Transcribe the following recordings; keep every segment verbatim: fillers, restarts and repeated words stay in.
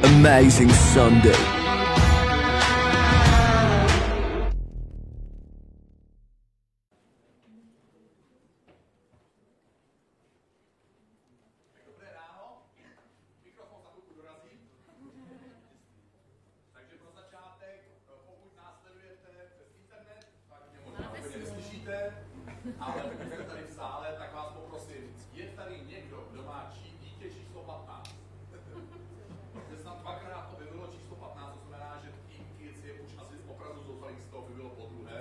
Amazing Sunday. Ale pokud jste tady v sále, tak vás poprosím, je tady někdo, kdo má či, dítě číslo patnáct? Protože se tam dvakrát objevilo číslo patnáct, to znamená, že Team Kids je už asi opravdu zoufalých z toho objevilo po druhé.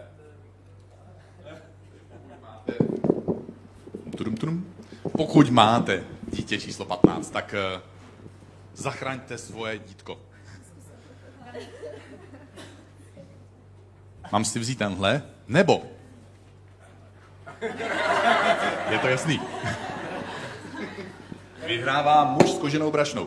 Pokud máte, tudum, tudum. Pokud máte dítě číslo patnáct, tak uh, zachraňte svoje dítko. Mám si vzít tenhle? Nebo? Je to jasný. Vyhrává muž s koženou brašnou.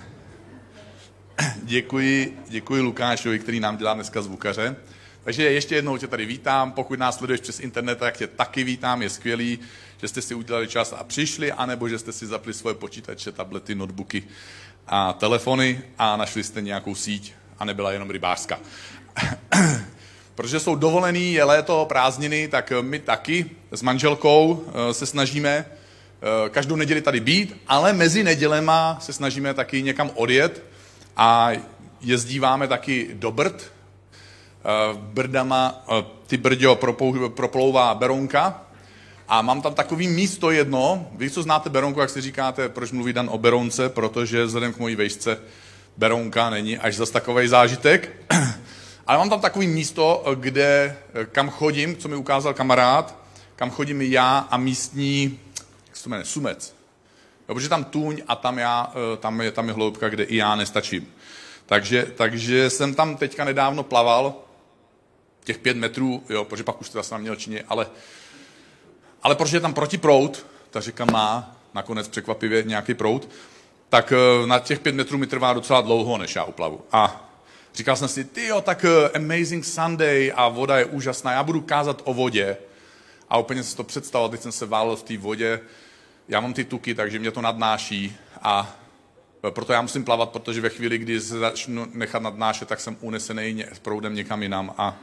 Děkuji, děkuji Lukášovi, který nám dělá dneska zvukaře. Takže ještě jednou tě tady vítám. Pokud nás sleduješ přes internet, tak tě taky vítám. Je skvělý, že jste si udělali čas a přišli, anebo že jste si zapli svoje počítače, tablety, notebooky a telefony a našli jste nějakou síť a nebyla jenom rybářská. Protože jsou dovolený, je léto, prázdniny, tak my taky s manželkou se snažíme každou neděli tady být, ale mezi nedělema se snažíme taky někam odjet a jezdíváme taky do Brd. Brdama, ty Brďo proplouvá Berounka a mám tam takový místo jedno. Vy, co znáte Berounku, jak si říkáte, proč mluví Dan o Berounce, protože vzhledem k mojí vejšce Berounka není až zas takovej zážitek. Ale mám tam takový místo, kde, kam chodím, co mi ukázal kamarád, kam chodím já a místní, jak se to jmenuje, Sumec. Jo, protože tam tůň a tam, já, tam, je, tam je hloubka, kde i já nestačím. Takže, takže jsem tam teďka nedávno plaval, těch pět metrů, jo, protože pak už teda jsem měl čině, ale, ale protože je tam protiproud, ta řeka má nakonec překvapivě nějaký proud, tak na těch pět metrů mi trvá docela dlouho, než já uplavu. A říkal jsem si, tyjo, tak Amazing Sunday a voda je úžasná, já budu kázat o vodě. A úplně si to představoval, teď jsem se válel v té vodě, já mám ty tuky, takže mě to nadnáší a proto já musím plavat, protože ve chvíli, kdy se začnu nechat nadnášet, tak jsem unesený proudem někam jinam a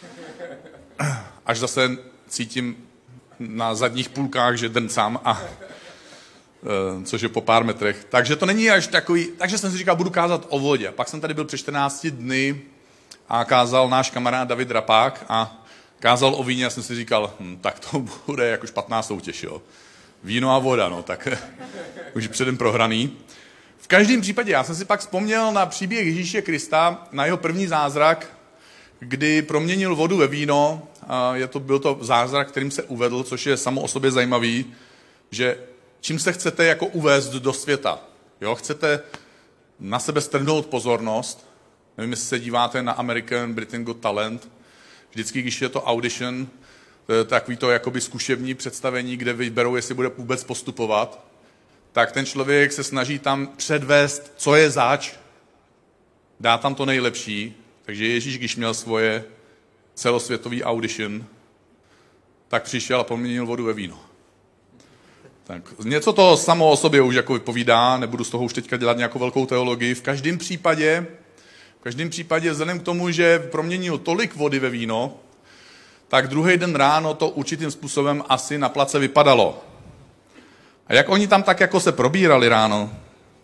až zase cítím na zadních půlkách, že drncám a což je po pár metrech. Takže to není až takový, takže jsem si říkal, budu kázat o vodě. Pak jsem tady byl před čtrnácti dny a kázal náš kamarád David Rapák a kázal o víně a jsem si říkal, hm, tak to bude jako špatná soutěž, jo. Víno a voda, no, tak už předem prohraný. V každém případě, já jsem si pak vzpomněl na příběh Ježíše Krista, na jeho první zázrak, kdy proměnil vodu ve víno. A je to, byl to zázrak, kterým se uvedl, což je samo o sobě zajímavý, že čím se chcete jako uvést do světa. Jo? Chcete na sebe strhnout pozornost. Nevím, jestli se díváte na American Britain Got Talent. Vždycky, když je to audition, to je takový to jakoby zkušební představení, kde vyberou, jestli bude vůbec postupovat, tak ten člověk se snaží tam předvést, co je zač, dá tam to nejlepší. Takže Ježíš, když měl svoje celosvětový audition, tak přišel a proměnil vodu ve víno. Tak, něco to samo o sobě už jako vypovídá, nebudu z toho už teďka dělat nějakou velkou teologii. V každém případě, v každém případě vzhledem k tomu, že proměnil tolik vody ve víno, tak druhý den ráno to určitým způsobem asi na place vypadalo. A jak oni tam tak jako se probírali ráno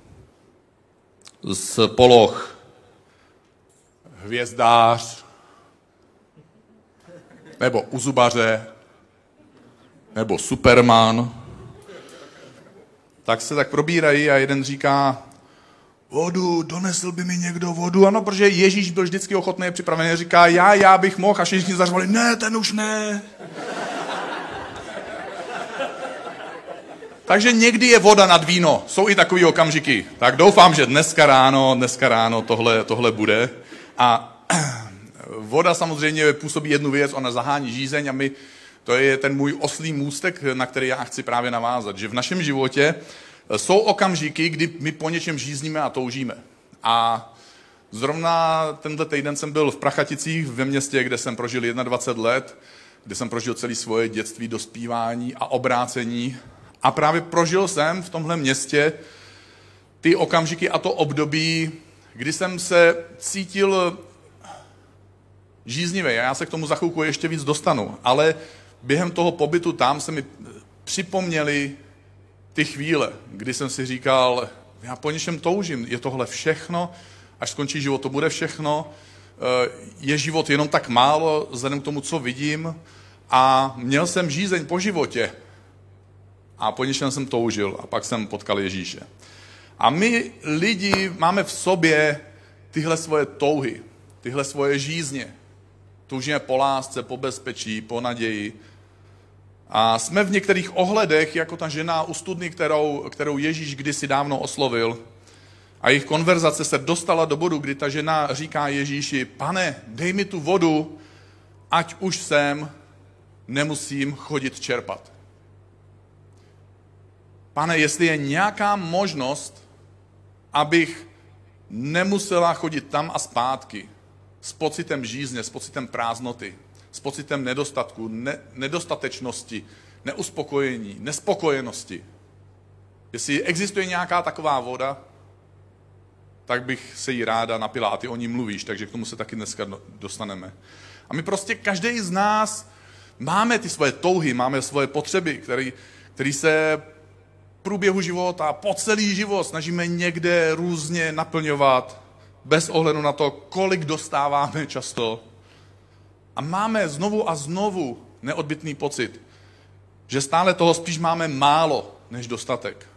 z poloh, Hvězdář, nebo u zubaře, nebo Superman, tak se tak probírají a jeden říká, vodu, donesl by mi někdo vodu. Ano, protože Ježíš byl vždycky ochotný, připravený, říká, já, já bych mohl, a všichni zařvali, ne, ten už ne. Takže někdy je voda nad víno, jsou i takový okamžiky. Tak doufám, že dneska ráno, dneska ráno tohle, tohle bude. A voda samozřejmě působí jednu věc, ona zahání žízeň a my, to je ten můj oslý můstek, na který já chci právě navázat, že v našem životě jsou okamžiky, kdy my po něčem žízníme a toužíme. A zrovna tenhle týden jsem byl v Prachaticích ve městě, kde jsem prožil dvacet jedna let, kde jsem prožil celé svoje dětství, dospívání a obrácení. A právě prožil jsem v tomhle městě ty okamžiky a to období, kdy jsem se cítil žíznivý. Já se k tomu za chvilku ještě víc dostanu, ale během toho pobytu tam se mi připomněly ty chvíle, kdy jsem si říkal, já po něčem toužím, je tohle všechno, až skončí život, to bude všechno, je život jenom tak málo, vzhledem k tomu, co vidím, a měl jsem žízeň po životě a po něčem jsem toužil a pak jsem potkal Ježíše. A my lidi máme v sobě tyhle svoje touhy, tyhle svoje žízně. Toužíme po lásce, po bezpečí, po naději. A jsme v některých ohledech jako ta žena u studny, kterou, kterou Ježíš kdysi dávno oslovil. A jejich konverzace se dostala do bodu, kdy ta žena říká Ježíši, Pane, dej mi tu vodu, ať už sem nemusím chodit čerpat. Pane, jestli je nějaká možnost, abych nemusela chodit tam a zpátky s pocitem žízně, s pocitem prázdnoty, s pocitem nedostatku, ne, nedostatečnosti, neuspokojení, nespokojenosti. Jestli existuje nějaká taková voda, tak bych se jí ráda napila a ty o ní mluvíš, takže k tomu se taky dneska dostaneme. A my prostě, každý z nás máme ty svoje touhy, máme svoje potřeby, který, který se v průběhu života, po celý život snažíme někde různě naplňovat, bez ohledu na to, kolik dostáváme často. A máme znovu a znovu neodbytný pocit, že stále toho spíš máme málo než dostatek.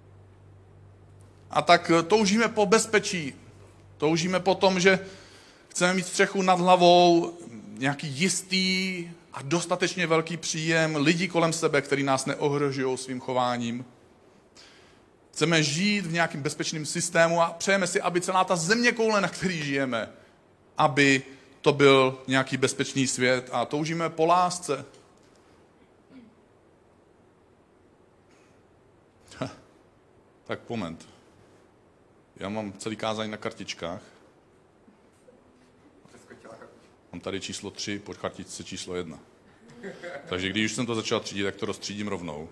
A tak toužíme po bezpečí, toužíme po tom, že chceme mít střechu nad hlavou, nějaký jistý a dostatečně velký příjem, lidi kolem sebe, který nás neohrožují svým chováním. Chceme žít v nějakém bezpečném systému a přejeme si, aby celá ta zeměkoule, na který žijeme, aby to byl nějaký bezpečný svět a toužíme po lásce. Ha, tak moment. Já mám celý kázání na kartičkách. Mám tady číslo tři, pod kartičce číslo jedna. Takže když už jsem to začal třídit, tak to rozstřídím rovnou.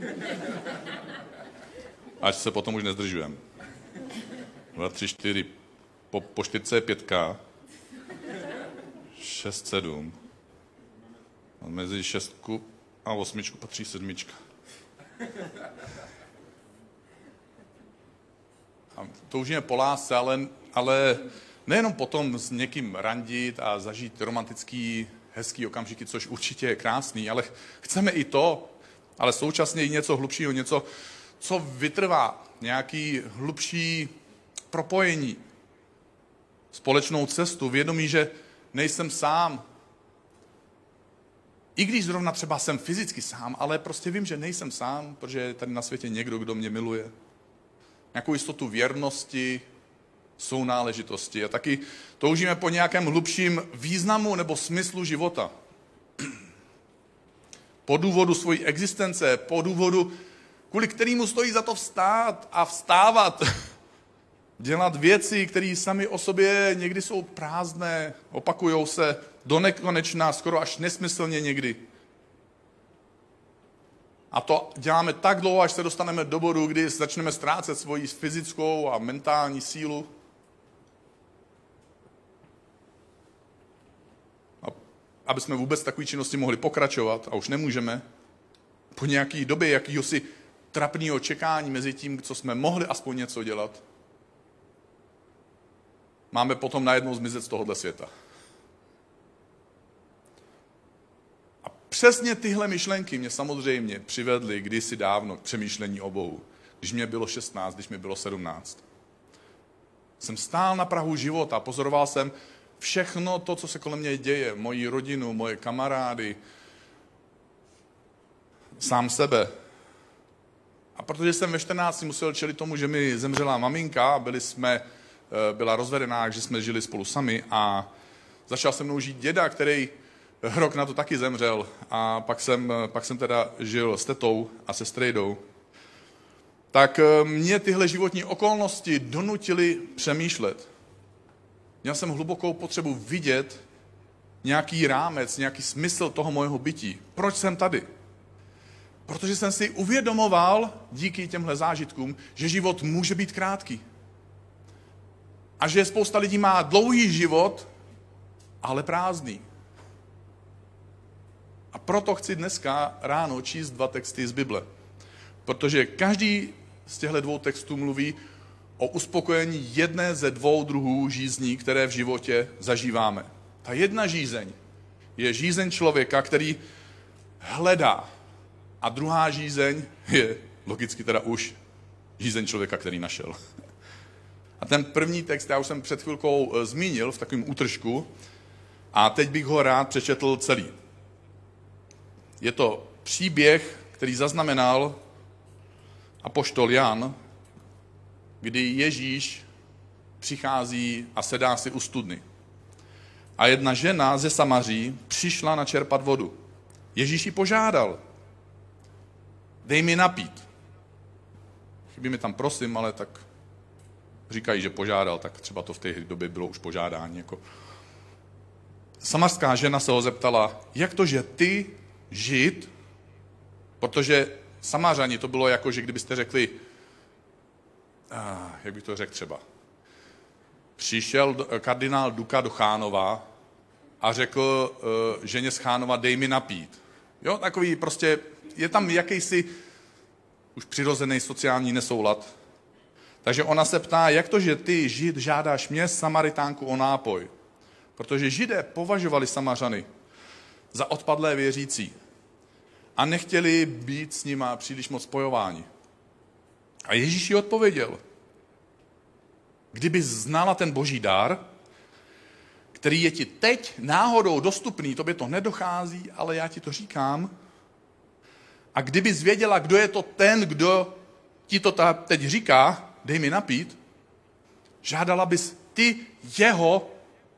Ať se potom už nezdržujeme. Dva, tři, čtyři. Po, po čtyřce je pětka. Šest, sedm. A mezi šestku a osmičku patří sedmička. A toužíme po lásce, ale, ale nejenom potom s někým randit a zažít romantický, hezký okamžiky, což určitě je krásný, ale chceme i to, ale současně i něco hlubšího, něco, co vytrvá, nějaký hlubší propojení, společnou cestu, vědomí, že nejsem sám. I když zrovna třeba jsem fyzicky sám, ale prostě vím, že nejsem sám, protože je tady na světě někdo, kdo mě miluje. Nějakou jistotu věrnosti, sounáležitosti. A taky toužíme po nějakém hlubším významu nebo smyslu života. Po důvodu svojí existence, po důvodu, kvůli kterému stojí za to vstát a vstávat. Dělat věci, které sami o sobě někdy jsou prázdné, opakujou se do nekonečna, skoro až nesmyslně někdy. A to děláme tak dlouho, až se dostaneme do bodu, kdy začneme ztrácet svoji fyzickou a mentální sílu. A aby jsme vůbec takové činnosti mohli pokračovat, a už nemůžeme, po nějaké době jakýhosi trapného čekání mezi tím, co jsme mohli aspoň něco dělat, máme potom najednou zmizet z tohohle světa. A přesně tyhle myšlenky mě samozřejmě přivedly kdysi dávno k přemýšlení o Bohu. Když mě bylo šestnáct, když mi bylo sedmnáct. Jsem stál na prahu života, pozoroval jsem všechno to, co se kolem mě děje, moji rodinu, moje kamarády, sám sebe. A protože jsem ve čtrnácti musel čelit tomu, že mi zemřela maminka, byli jsme, byla rozvedená, že jsme žili spolu sami a začal se mnou žít děda, který rok na to taky zemřel a pak jsem, pak jsem teda žil s tetou a se strejdou. Tak mě tyhle životní okolnosti donutily přemýšlet. Měl jsem hlubokou potřebu vidět nějaký rámec, nějaký smysl toho mojeho bytí. Proč jsem tady? Protože jsem si uvědomoval díky těmhle zážitkům, že život může být krátký. A že spousta lidí má dlouhý život, ale prázdný. A proto chci dneska ráno číst dva texty z Bible. Protože každý z těchto dvou textů mluví o uspokojení jedné ze dvou druhů žízní, které v životě zažíváme. Ta jedna žízeň je žízeň člověka, který hledá. A druhá žízeň je logicky teda už žízeň člověka, který našel. A ten první text, já už jsem před chvilkou zmínil v takovém útržku, a teď bych ho rád přečetl celý. Je to příběh, který zaznamenal apoštol Jan, kdy Ježíš přichází a sedá si u studny. A jedna žena ze Samaří přišla načerpat vodu. Ježíš ji požádal. Dej mi napít. Chybí mi tam prosím, ale tak říkají, že požádal, tak třeba to v té době bylo už požádání. Jako. Samarská žena se ho zeptala, jak to, že ty, Žid, protože Samařani to bylo jako, že kdybyste řekli, ah, jak bych to řekl třeba, přišel kardinál Duka do Chánova a řekl uh, ženě z Chánova, dej mi napít. Jo, takový prostě, je tam jakýsi už přirozený sociální nesoulad. Takže ona se ptá, jak to, že ty, Žid, žádáš mě, Samaritánku, o nápoj. Protože Židé považovali Samařany za odpadlé věřící a nechtěli být s nima příliš moc spojováni. A Ježíš jí odpověděl, kdyby znala ten boží dar, který je ti teď náhodou dostupný, tobě to nedochází, ale já ti to říkám, a kdyby zvěděla, kdo je to ten, kdo ti to teď říká, dej mi napít, žádala bys ty jeho,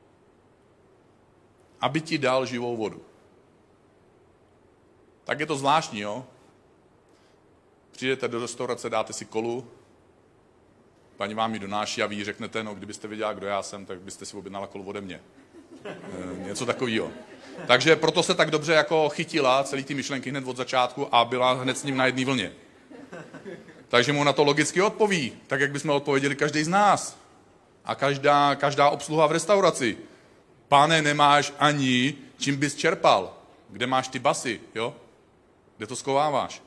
aby ti dal živou vodu. Tak je to zvláštní, jo? Přijdete do restaurace, dáte si kolu, paní vám ji donáší a vy jí řeknete, no kdybyste věděla, kdo já jsem, tak byste si objednala kolu ode mě. E, něco takového. Takže proto se tak dobře jako chytila celý ty myšlenky hned od začátku a byla hned s ním na jedné vlně. Takže mu na to logicky odpoví, tak jak bychom odpověděli každý z nás. A každá, každá obsluha v restauraci. Pane, nemáš ani, čím bys čerpal. Kde máš ty basy, jo? Kde to schováváš?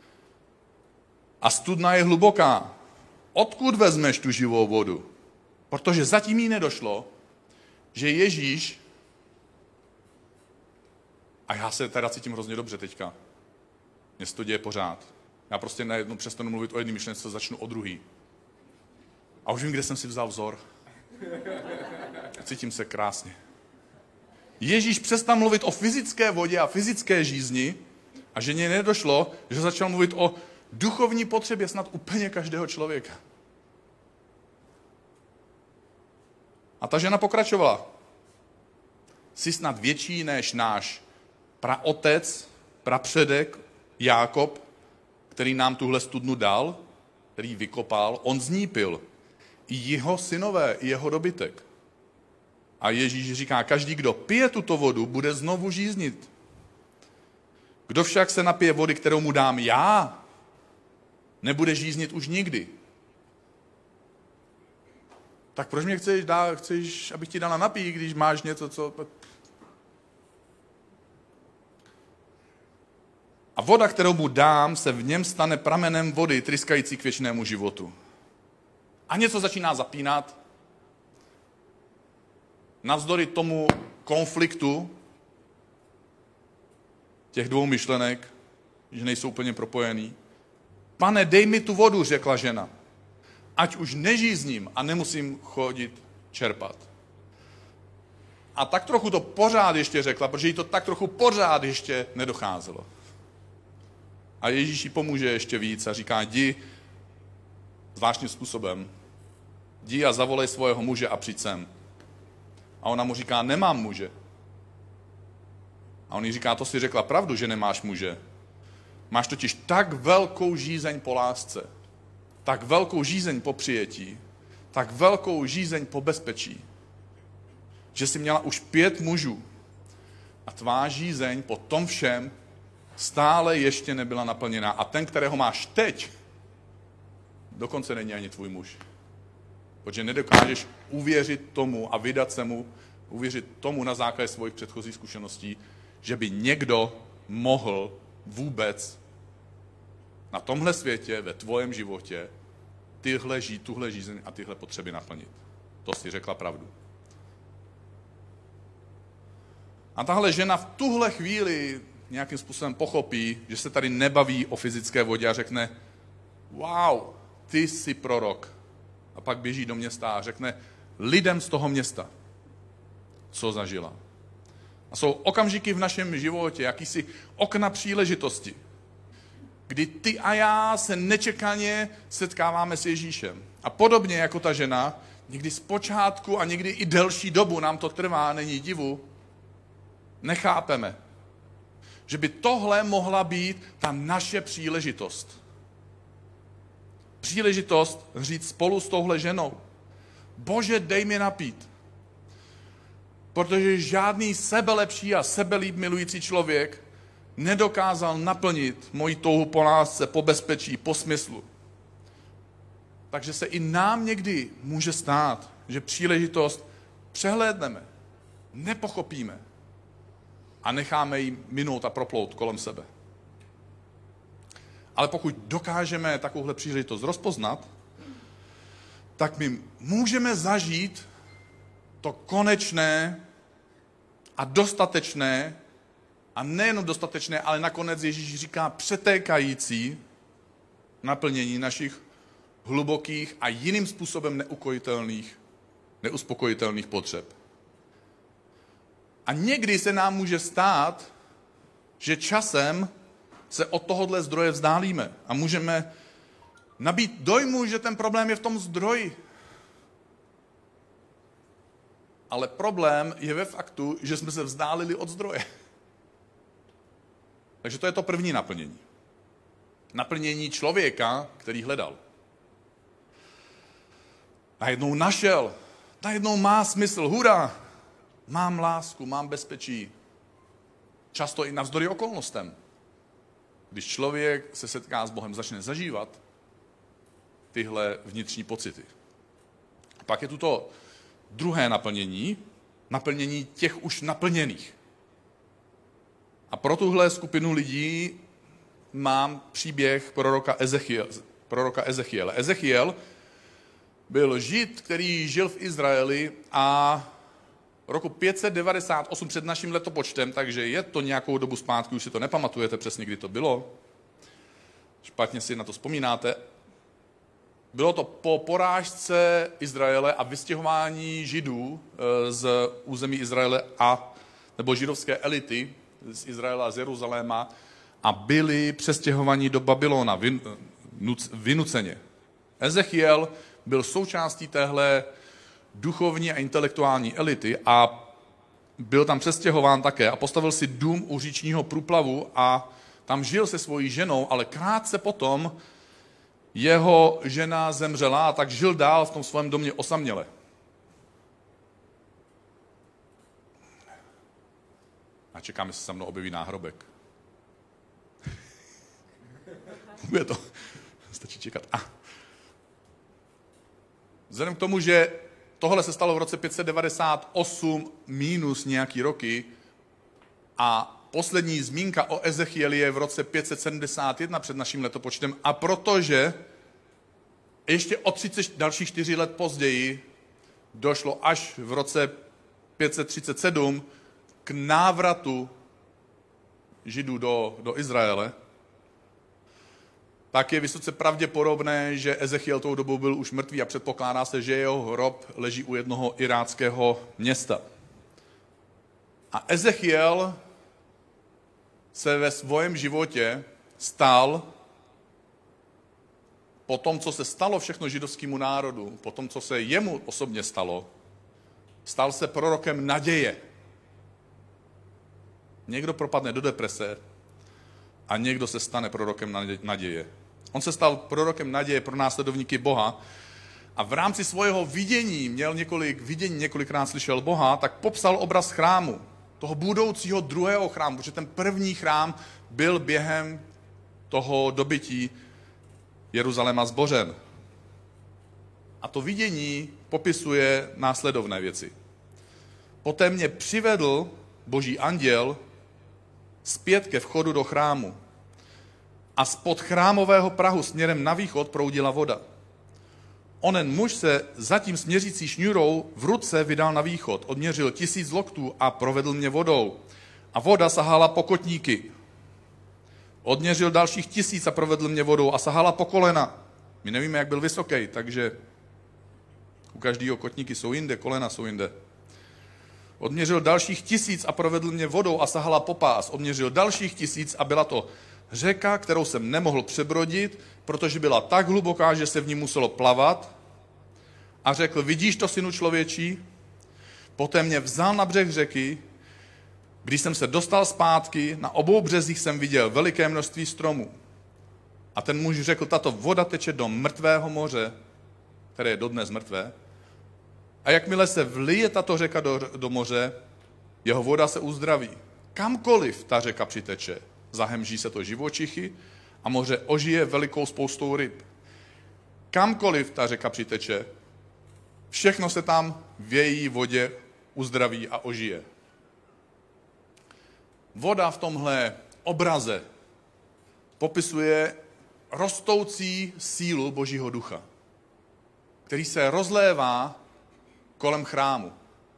A studna je hluboká. Odkud vezmeš tu živou vodu? Protože zatím jí nedošlo, že Ježíš, a já se teda cítím hrozně dobře teďka, mně se to děje pořád. Já prostě najednou přestanu mluvit o jedné myšlence, začnu o druhý. A už vím, kde jsem si vzal vzor. Cítím se krásně. Ježíš přestal mluvit o fyzické vodě a fyzické žízni a že něj nedošlo, že začal mluvit o duchovní potřebě snad úplně každého člověka. A ta žena pokračovala. Jsi snad větší než náš praotec, prapředek Jákob, který nám tuhle studnu dal, který vykopal, on z ní pil. I jeho synové, i jeho dobytek. A Ježíš říká, každý, kdo pije tuto vodu, bude znovu žíznit. Kdo však se napije vody, kterou mu dám já, nebude žíznit už nikdy. Tak proč mě chceš dát, chceš, abych ti dala napít, když máš něco, co... A voda, kterou mu dám, se v něm stane pramenem vody, tryskající k věčnému životu. A něco začíná zapínat. Navzdory tomu konfliktu těch dvou myšlenek, že nejsou úplně propojený. Pane, dej mi tu vodu, řekla žena. Ať už nežízním a nemusím chodit čerpat. A tak trochu to pořád ještě řekla, protože jí to tak trochu pořád ještě nedocházelo. A Ježíš jí pomůže ještě víc a říká, jdi zvláštním způsobem. Jdi a zavolej svého muže a přijď sem. A ona mu říká, nemám muže. A on jí říká, to si řekla pravdu, že nemáš muže. Máš totiž tak velkou žízeň po lásce, tak velkou žízeň po přijetí, tak velkou žízeň po bezpečí, že jsi měla už pět mužů a tvá žízeň po tom všem stále ještě nebyla naplněná. A ten, kterého máš teď, dokonce není ani tvůj muž. Protože nedokážeš uvěřit tomu a vydat se mu, uvěřit tomu na základě svých předchozích zkušeností, že by někdo mohl vůbec na tomhle světě, ve tvojem životě, tyhle žít, tuhle žízeň a tyhle potřeby naplnit. To si řekla pravdu. A tahle žena v tuhle chvíli nějakým způsobem pochopí, že se tady nebaví o fyzické vodě a řekne, wow, ty jsi prorok. A pak běží do města a řekne lidem z toho města, co zažila. A jsou okamžiky v našem životě, jakýsi okna příležitosti, kdy ty a já se nečekaně setkáváme s Ježíšem. A podobně jako ta žena, někdy zpočátku a někdy i delší dobu nám to trvá, není divu, nechápeme, že by tohle mohla být ta naše příležitost. Příležitost říct spolu s touhle ženou, Bože, dej mi napít. Protože žádný sebelepší a sebelíp milující člověk nedokázal naplnit moji touhu po lásce, po bezpečí, po smyslu. Takže se i nám někdy může stát, že příležitost přehlédneme, nepochopíme a necháme ji minout a proplout kolem sebe. Ale pokud dokážeme takovouhle příležitost rozpoznat, tak my můžeme zažít to konečné a dostatečné, a nejen dostatečné, ale nakonec Ježíš říká přetékající naplnění našich hlubokých a jiným způsobem neukojitelných, neuspokojitelných potřeb. A někdy se nám může stát, že časem se od tohohle zdroje vzdálíme a můžeme nabít dojmu, že ten problém je v tom zdroji. Ale problém je ve faktu, že jsme se vzdálili od zdroje. Takže to je to první naplnění. Naplnění člověka, který hledal. Najednou našel, najednou má smysl, hurá, mám lásku, mám bezpečí. Často i navzdory okolnostem. Když člověk se setká s Bohem, začne zažívat tyhle vnitřní pocity. A pak je tu to druhé naplnění, naplnění těch už naplněných. A pro tuhle skupinu lidí mám příběh proroka Ezechiel, proroka Ezechiele. Ezechiel byl Žid, který žil v Izraeli a roku pět set devadesát osm před naším letopočtem, takže je to nějakou dobu zpátky, už si to nepamatujete přesně, kdy to bylo. Špatně si na to vzpomínáte. Bylo to po porážce Izraele a vystěhování Židů z území Izraele a nebo židovské elity z Izraela, z Jeruzaléma a byli přestěhovaní do Babylona vynuceně. Ezechiel byl součástí téhle duchovní a intelektuální elity a byl tam přestěhován také a postavil si dům u říčního průplavu a tam žil se svojí ženou, ale krátce potom jeho žena zemřela a tak žil dál v tom svém domě osaměle. A čekám, jestli se mnou objeví náhrobek. Bude to. Stačí čekat. A. Vzhledem k tomu, že tohle se stalo v roce pět set devadesát osm minus nějaký roky a poslední zmínka o Ezechieli je v roce pět set sedmdesát jedna před naším letopočtem a protože ještě o třicet dalších čtyři let později došlo až v roce pět set třicet sedm k návratu Židů do, do Izraele, tak je vysoce pravděpodobné, že Ezechiel tou dobou byl už mrtvý a předpokládá se, že jeho hrob leží u jednoho iráckého města. A Ezechiel se ve svém životě stal po tom, co se stalo všechno židovskému národu, po tom, co se jemu osobně stalo, stal se prorokem naděje. Někdo propadne do deprese a někdo se stane prorokem naděje. On se stal prorokem naděje pro následovníky Boha a v rámci svého vidění, měl několik vidění, několikrát slyšel Boha, tak popsal obraz chrámu, toho budoucího druhého chrámu, protože ten první chrám byl během toho dobytí Jeruzaléma zbořen. A to vidění popisuje následovné věci. Poté mě přivedl boží anděl zpět ke vchodu do chrámu a spod chrámového prahu směrem na východ proudila voda. Onen muž se zatím směřící šňůrou v ruce vydal na východ, odměřil tisíc loktů a provedl mě vodou. A voda sahala po kotníky. Odměřil dalších tisíc a provedl mě vodou a sahala po kolena. My nevíme, jak byl vysoký, takže u každého kotníky jsou jinde, kolena jsou jinde. Odměřil dalších tisíc a provedl mě vodou a sahala po pás. Odměřil dalších tisíc a byla to řeka, kterou jsem nemohl přebrodit, protože byla tak hluboká, že se v ní muselo plavat. A řekl, vidíš to, synu člověčí? Poté mě vzal na břeh řeky. Když jsem se dostal zpátky, na obou březích jsem viděl veliké množství stromů. A ten muž řekl, tato voda teče do mrtvého moře, které je dodnes mrtvé. A jakmile se vlije tato řeka do, do moře, jeho voda se uzdraví. Kamkoliv ta řeka přiteče, zahemží se to živočichy a moře ožije velikou spoustou ryb. Kamkoliv ta řeka přiteče, všechno se tam v její vodě uzdraví a ožije. Voda v tomhle obraze popisuje rostoucí sílu Božího ducha, který se rozlévá kolem chrámu.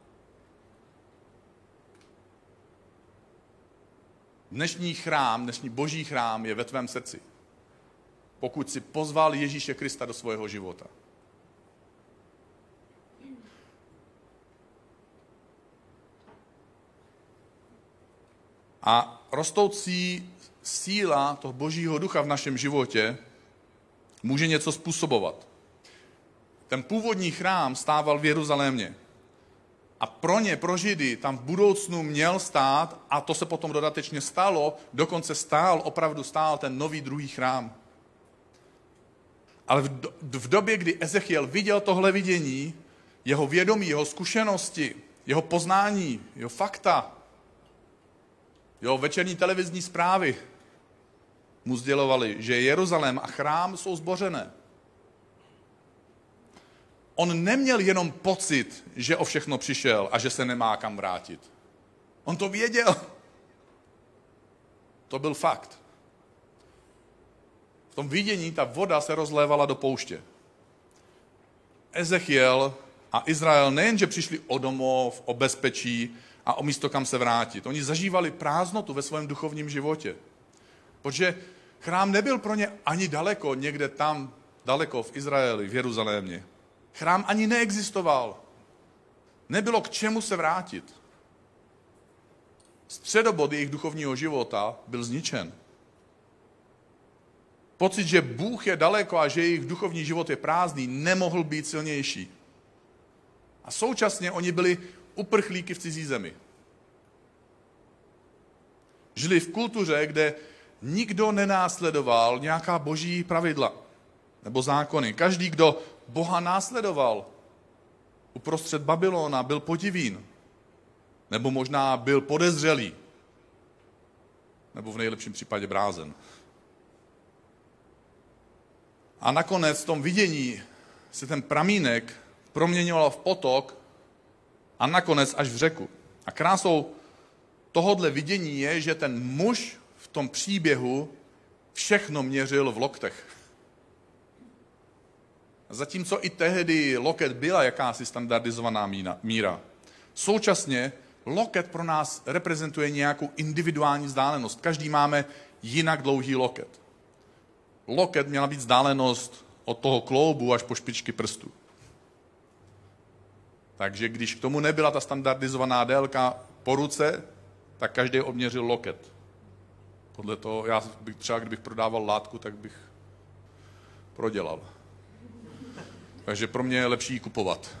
Dnešní chrám, dnešní Boží chrám je ve tvém srdci, pokud si pozval Ježíše Krista do svého života. A rostoucí síla toho Božího ducha v našem životě může něco způsobovat. Ten původní chrám stával v Jeruzalémě. A pro ně, pro Židy, tam v budoucnu měl stát, a to se potom dodatečně stalo, dokonce stál, opravdu stál ten nový druhý chrám. Ale v, do, v době, kdy Ezechiel viděl tohle vidění, jeho vědomí, jeho zkušenosti, jeho poznání, jeho fakta, jeho večerní televizní zprávy mu sdělovali, že Jeruzalém a chrám jsou zbořené. On neměl jenom pocit, že o všechno přišel a že se nemá kam vrátit. On to věděl. To byl fakt. V tom vidění ta voda se rozlévala do pouště. Ezechiel a Izrael nejenže přišli o domov, o bezpečí a o místo, kam se vrátit. Oni zažívali prázdnotu ve svém duchovním životě. Protože chrám nebyl pro ně ani daleko, někde tam, daleko v Izraeli, v Jeruzalémě. Chrám ani neexistoval. Nebylo k čemu se vrátit. Středobod jejich duchovního života byl zničen. Pocit, že Bůh je daleko a že jejich duchovní život je prázdný, nemohl být silnější. A současně oni byli uprchlíky v cizí zemi. Žili v kultuře, kde nikdo nenásledoval nějaká boží pravidla nebo zákony. Každý, kdo Boha následoval uprostřed Babylona, byl podivín. Nebo možná byl podezřelý. Nebo v nejlepším případě brázen. A nakonec v tom vidění se ten pramínek proměňoval v potok a nakonec až v řeku. A krásou tohodle vidění je, že ten muž v tom příběhu všechno měřil v loktech. Zatímco i tehdy loket byla jakási standardizovaná míra. Současně loket pro nás reprezentuje nějakou individuální vzdálenost. Každý máme jinak dlouhý loket. Loket měla být vzdálenost od toho kloubu až po špičky prstů. Takže když k tomu nebyla ta standardizovaná délka po ruce, tak každý obměřil loket. Podle toho, já bych třeba, kdybych prodával látku, tak bych prodělal. Takže pro mě je lepší ji kupovat.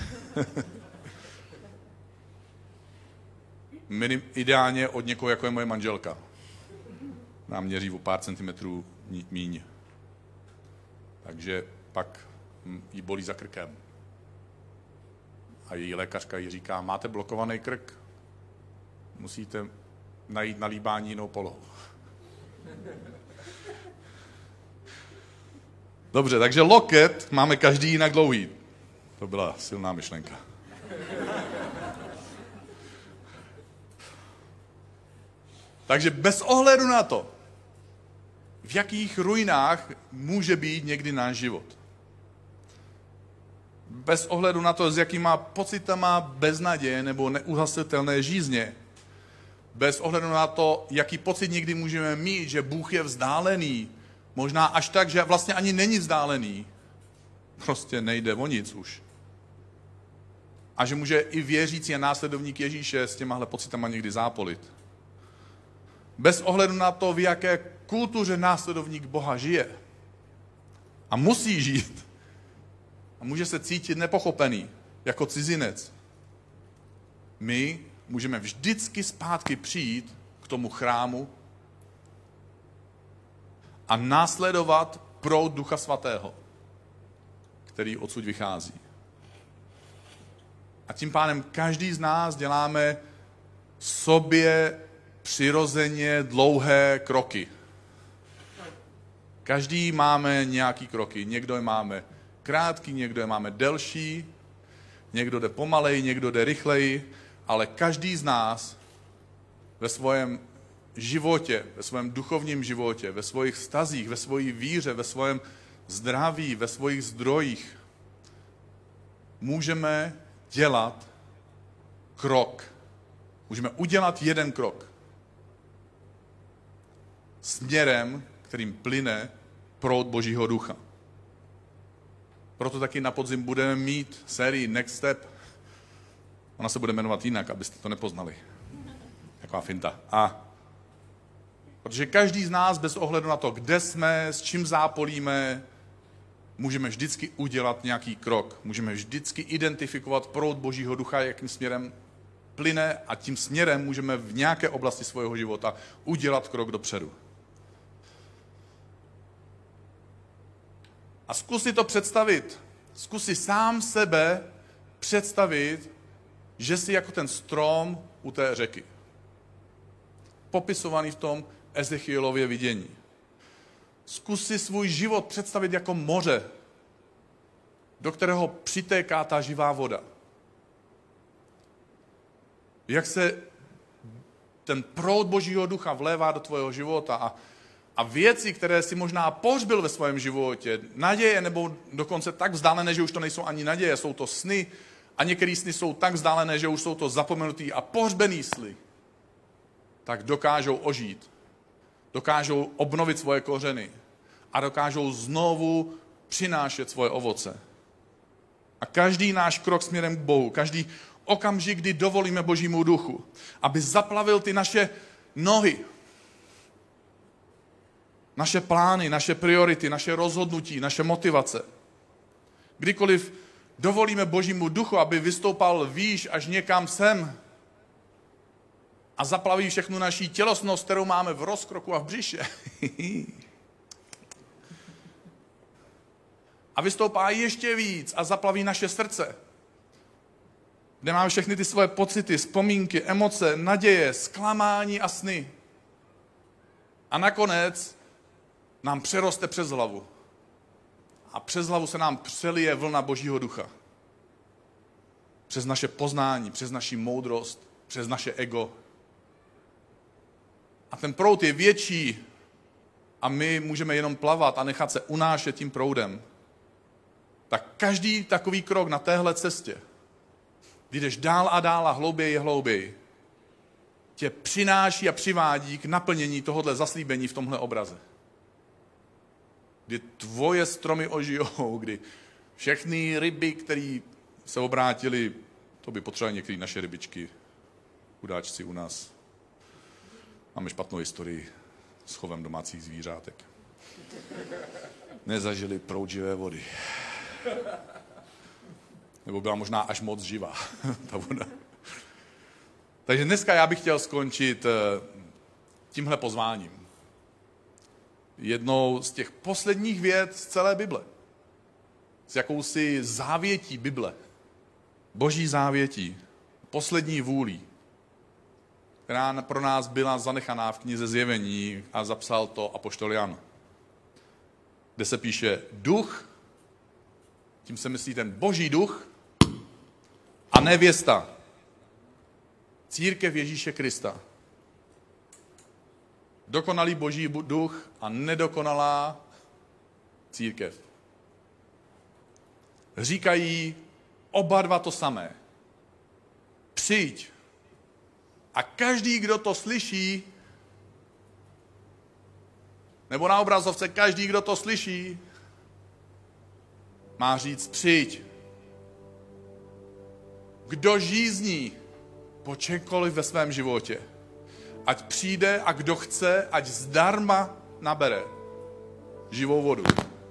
Minim, ideálně od někoho, jako je moje manželka. Nám měří o pár centimetrů míň. Takže pak jí bolí za krkem. A její lékařka jí říká, máte blokovaný krk, musíte najít na líbání jinou polohu. Dobře, takže loket máme každý jinak dlouhý. To byla silná myšlenka. Takže bez ohledu na to, v jakých ruinách může být někdy náš život. Bez ohledu na to, s jakýma pocitama beznaděje nebo neuhasitelné žízně. Bez ohledu na to, jaký pocit někdy můžeme mít, že Bůh je vzdálený. Možná až tak, že vlastně ani není vzdálený. Prostě nejde o nic už. A že může i věřící a následovník Ježíše s těmahle pocitama někdy zápolit. Bez ohledu na to, v jaké kultuře následovník Boha žije. A musí žít. A může se cítit nepochopený, jako cizinec. My můžeme vždycky zpátky přijít k tomu chrámu a následovat proud Ducha Svatého, který odsud vychází. A tím pádem každý z nás děláme sobě přirozeně dlouhé kroky. Každý máme nějaký kroky. Někdo je máme krátký, někdo je máme delší, někdo jde pomalej, někdo jde rychleji, ale každý z nás ve svém životě, ve svém duchovním životě, ve svých vztazích, ve svojí víře, ve svém zdraví, ve svých zdrojích můžeme dělat krok. Můžeme udělat jeden krok směrem, kterým plyne proud Božího ducha. Proto taky na podzim budeme mít sérii Next Step. Ona se bude jmenovat jinak, abyste to nepoznali. Taková finta. A protože každý z nás bez ohledu na to, kde jsme, s čím zápolíme, můžeme vždycky udělat nějaký krok. Můžeme vždycky identifikovat proud Božího ducha, jakým směrem plyne a tím směrem můžeme v nějaké oblasti svého života udělat krok dopředu. A zkus si to představit. Zkus si sám sebe představit, že jsi jako ten strom u té řeky. Popisovaný v tom Ezechielově vidění. Zkus si svůj život představit jako moře, do kterého přitéká ta živá voda. Jak se ten proud Božího ducha vlévá do tvého života a, a věci, které si možná pohřbil ve svém životě, naděje nebo dokonce tak vzdálené, že už to nejsou ani naděje, jsou to sny a některé sny jsou tak vzdálené, že už jsou to zapomenutý a pohřbený sny, tak dokážou ožít. Dokážou obnovit svoje kořeny a dokážou znovu přinášet svoje ovoce. A každý náš krok směrem k Bohu, každý okamžik, kdy dovolíme Božímu duchu, aby zaplavil ty naše nohy, naše plány, naše priority, naše rozhodnutí, naše motivace. Kdykoliv dovolíme Božímu duchu, aby vystoupal výš až někam sem a zaplaví všechnu naší tělesnost, kterou máme v rozkroku a v břiše. A vystoupá ještě víc a zaplaví naše srdce, kde máme všechny ty svoje pocity, vzpomínky, emoce, naděje, zklamání a sny. A nakonec nám přeroste přes hlavu. A přes hlavu se nám přelije vlna Božího ducha. Přes naše poznání, přes naši moudrost, přes naše ego. A ten proud je větší a my můžeme jenom plavat a nechat se unášet tím proudem. Tak každý takový krok na téhle cestě, kdy jdeš dál a dál a hlouběji a hlouběji, tě přináší a přivádí k naplnění tohohle zaslíbení v tomhle obraze. Kdy tvoje stromy ožijou, kdy všechny ryby, které se obrátily, to by potřebovali některé naše rybičky, chudáčci u nás. Máme špatnou historii s chovem domácích zvířátek. Nezažili proud živé vody. Nebo byla možná až moc živá ta voda. Takže dneska já bych chtěl skončit tímhle pozváním. Jednou z těch posledních vět z celé Bible. S jakousi závětí Bible. Boží závětí. Poslední vůlí. Která pro nás byla zanechaná v knize Zjevení a zapsal to apoštol Jan. Kde se píše, duch tím se myslí ten boží duch a nevěsta. Církev Ježíše Krista. Dokonalý boží duch a nedokonalá církev. Říkají oba dva to samé. Přijď. A každý, kdo to slyší, nebo na obrazovce každý, kdo to slyší, má říct přijď. Kdo žízní po čemkoliv ve svém životě, ať přijde a kdo chce, ať zdarma nabere živou vodu.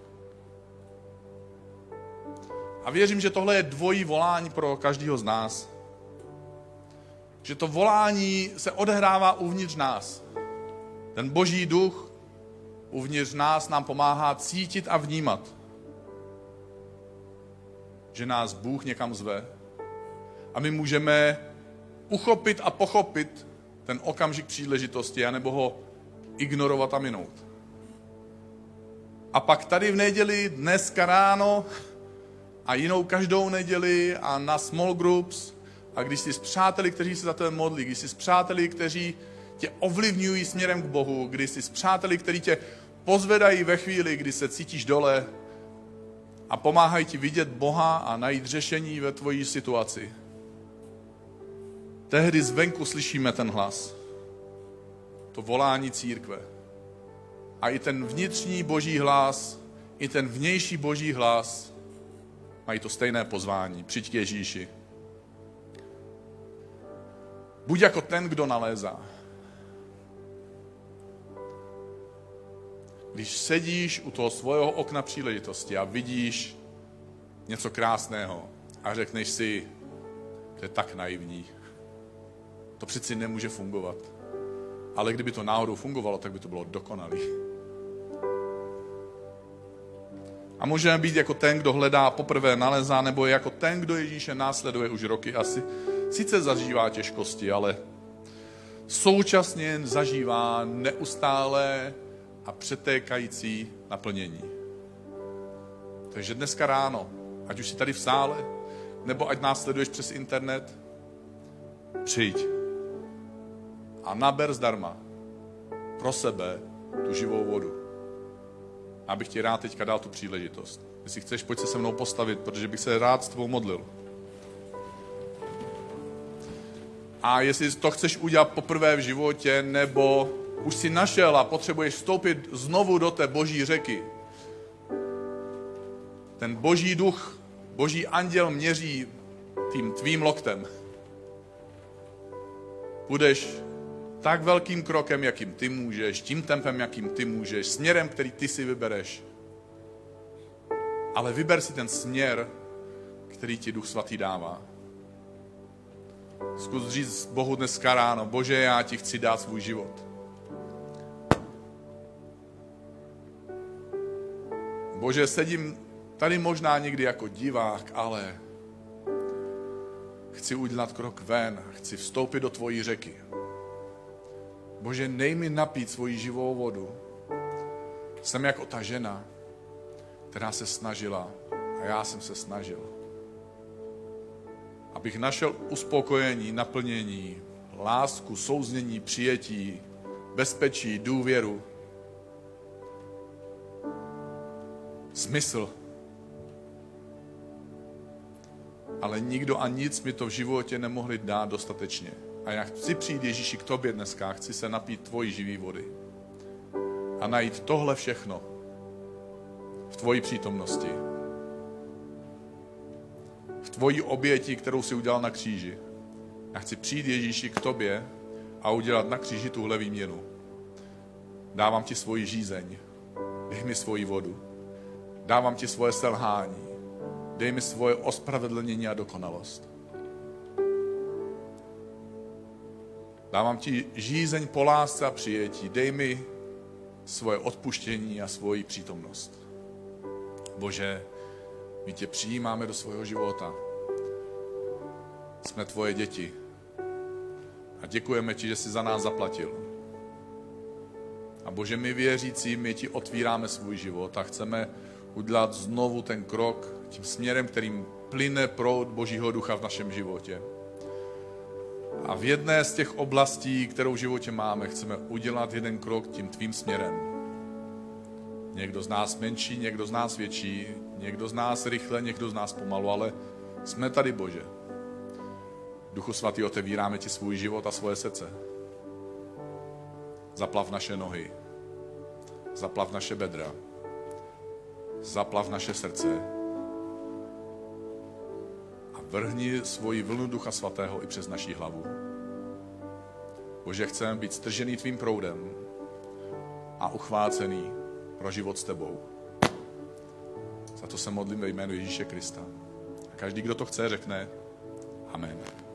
A věřím, že tohle je dvojí volání pro každého z nás. Že to volání se odehrává uvnitř nás. Ten boží duch uvnitř nás nám pomáhá cítit a vnímat, že nás Bůh někam zve a my můžeme uchopit a pochopit ten okamžik příležitosti, anebo ho ignorovat a minout. A pak tady v neděli, dneska ráno a jinou každou neděli a na small groups a když jsi s přáteli, kteří se za tebe modlí, když jsi s přáteli, kteří tě ovlivňují směrem k Bohu, když jsi s přáteli, kteří tě pozvedají ve chvíli, kdy se cítíš dole a pomáhají ti vidět Boha a najít řešení ve tvojí situaci. Tehdy zvenku slyšíme ten hlas. To volání církve. A i ten vnitřní boží hlas, i ten vnější boží hlas mají to stejné pozvání. Přijď k Ježíši. Buď jako ten, kdo nalézá. Když sedíš u toho svého okna příležitosti a vidíš něco krásného a řekneš si, to je tak naivní. To přeci nemůže fungovat. Ale kdyby to náhodou fungovalo, tak by to bylo dokonalý. A můžeme být jako ten, kdo hledá poprvé nalezá, nebo jako ten, kdo Ježíše následuje už roky asi. Sice zažívá těžkosti, ale současně zažívá neustále a přetékající naplnění. Takže dneska ráno, ať už jsi tady v sále, nebo ať nás sleduješ přes internet, přijď a naber zdarma pro sebe tu živou vodu. Abych ti rád teďka dal tu příležitost. Jestli chceš, pojď se se mnou postavit, protože bych se rád s tebou modlil. A jestli to chceš udělat poprvé v životě, nebo už si našel a potřebuješ vstoupit znovu do té boží řeky. Ten boží duch, boží anděl měří tím tvým loktem. Budeš tak velkým krokem, jakým ty můžeš, tím tempem, jakým ty můžeš, směrem, který ty si vybereš. Ale vyber si ten směr, který ti Duch Svatý dává. Zkus říct Bohu dneska ráno, Bože, já ti chci dát svůj život. Bože, sedím tady možná někdy jako divák, ale chci udělat krok ven, chci vstoupit do tvojí řeky. Bože, nej mi napít svoji živou vodu. Jsem jako ta žena, která se snažila a já jsem se snažil. Abych našel uspokojení, naplnění, lásku, souznění, přijetí, bezpečí, důvěru, smysl. Ale nikdo a nic mi to v životě nemohli dát dostatečně. A já chci přijít, Ježíši, k tobě dneska, chci se napít tvojí živý vody. A najít tohle všechno v tvojí přítomnosti. V tvojí oběti, kterou jsi udělal na kříži. Já chci přijít, Ježíši, k tobě a udělat na kříži tuhle výměnu. Dávám ti svoji žízeň. Dej mi svoji vodu. Dávám ti svoje selhání. Dej mi svoje ospravedlnění a dokonalost. Dávám ti žízeň po lásce a přijetí. Dej mi svoje odpuštění a svoji přítomnost. Bože, my tě přijímáme do svého života. Jsme tvoje děti. A děkujeme ti, že jsi za nás zaplatil. A Bože, my věřící, my ti otvíráme svůj život a chceme udělat znovu ten krok tím směrem, kterým plyne proud Božího ducha v našem životě. A v jedné z těch oblastí, kterou v životě máme, chceme udělat jeden krok tím tvým směrem. Někdo z nás menší, někdo z nás větší, někdo z nás rychle, někdo z nás pomalu, ale jsme tady, Bože. Duchu svatý, otevíráme ti svůj život a svoje srdce. Zaplav naše nohy, zaplav naše bedra, zaplav naše srdce a vrhni svoji vlnu Ducha svatého i přes naší hlavu. Bože, chceme být stržený tvým proudem a uchvácený pro život s tebou. Za to se modlím ve jménu Ježíše Krista. A každý, kdo to chce, řekne amen.